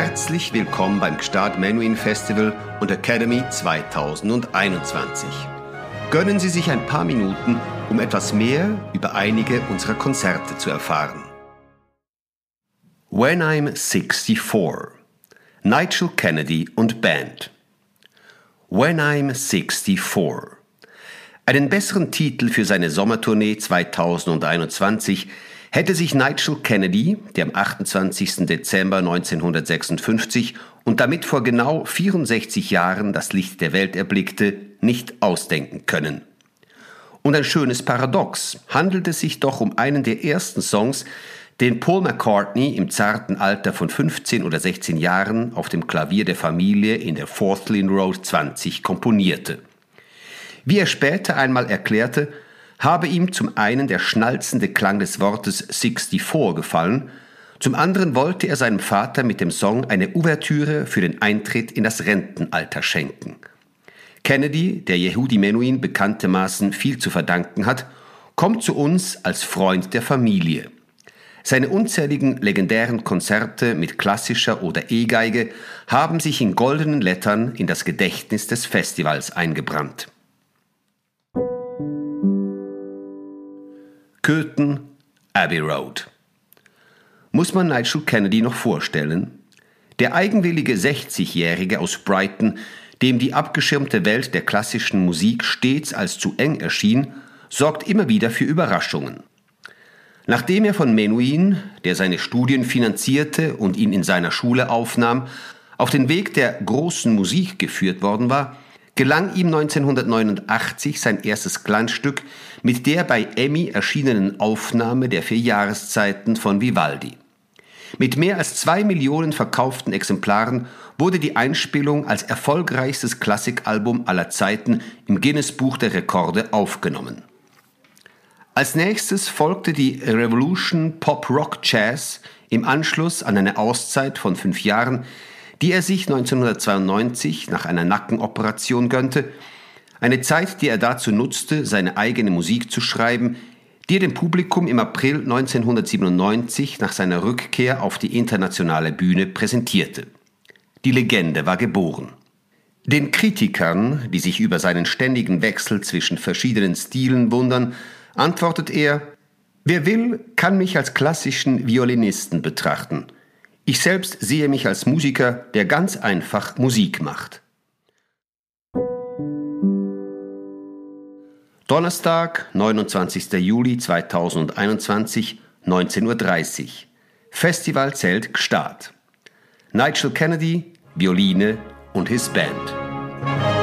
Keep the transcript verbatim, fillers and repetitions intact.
Herzlich willkommen beim Gstaad Menuhin Festival und Academy zweitausendeinundzwanzig. Gönnen Sie sich ein paar Minuten, um etwas mehr über einige unserer Konzerte zu erfahren. When I'm sixty-four. Nigel Kennedy und Band. When I'm sixty-four. Einen besseren Titel für seine Sommertournee zweitausendeinundzwanzig hätte sich Nigel Kennedy, der am achtundzwanzigsten Dezember neunzehnhundertsechsundfünfzig und damit vor genau vierundsechzig Jahren das Licht der Welt erblickte, nicht ausdenken können. Und ein schönes Paradox, handelt es sich doch um einen der ersten Songs, den Paul McCartney im zarten Alter von fünfzehn oder sechzehn Jahren auf dem Klavier der Familie in der Fourth Lane Road zwanzig komponierte. Wie er später einmal erklärte, habe ihm zum einen der schnalzende Klang des Wortes sixty-four gefallen, zum anderen wollte er seinem Vater mit dem Song eine Ouvertüre für den Eintritt in das Rentenalter schenken. Kennedy, der Yehudi Menuhin bekanntermaßen viel zu verdanken hat, kommt zu uns als Freund der Familie. Seine unzähligen legendären Konzerte mit klassischer oder E-Geige haben sich in goldenen Lettern in das Gedächtnis des Festivals eingebrannt. Köthen, Abbey Road. Muss man Nigel Kennedy noch vorstellen? Der eigenwillige sechzigjährige aus Brighton, dem die abgeschirmte Welt der klassischen Musik stets als zu eng erschien, sorgt immer wieder für Überraschungen. Nachdem er von Menuhin, der seine Studien finanzierte und ihn in seiner Schule aufnahm, auf den Weg der großen Musik geführt worden war, gelang ihm neunzehnhundertneunundachtzig sein erstes Glanzstück mit der bei Emmy erschienenen Aufnahme der vier Jahreszeiten von Vivaldi. Mit mehr als zwei Millionen verkauften Exemplaren wurde die Einspielung als erfolgreichstes Klassikalbum aller Zeiten im Guinness-Buch der Rekorde aufgenommen. Als nächstes folgte die Revolution Pop-Rock-Jazz im Anschluss an eine Auszeit von fünf Jahren, die er sich neunzehnhundertzweiundneunzig nach einer Nackenoperation gönnte, eine Zeit, die er dazu nutzte, seine eigene Musik zu schreiben, die er dem Publikum im April neunzehnhundertsiebenundneunzig nach seiner Rückkehr auf die internationale Bühne präsentierte. Die Legende war geboren. Den Kritikern, die sich über seinen ständigen Wechsel zwischen verschiedenen Stilen wundern, antwortet er: Wer will, kann mich als klassischen Violinisten betrachten. Ich selbst sehe mich als Musiker, der ganz einfach Musik macht. Donnerstag, neunundzwanzigster Juli zweitausendeinundzwanzig, neunzehn Uhr dreißig. Festivalzelt Gstaad. Nigel Kennedy, Violine und his Band.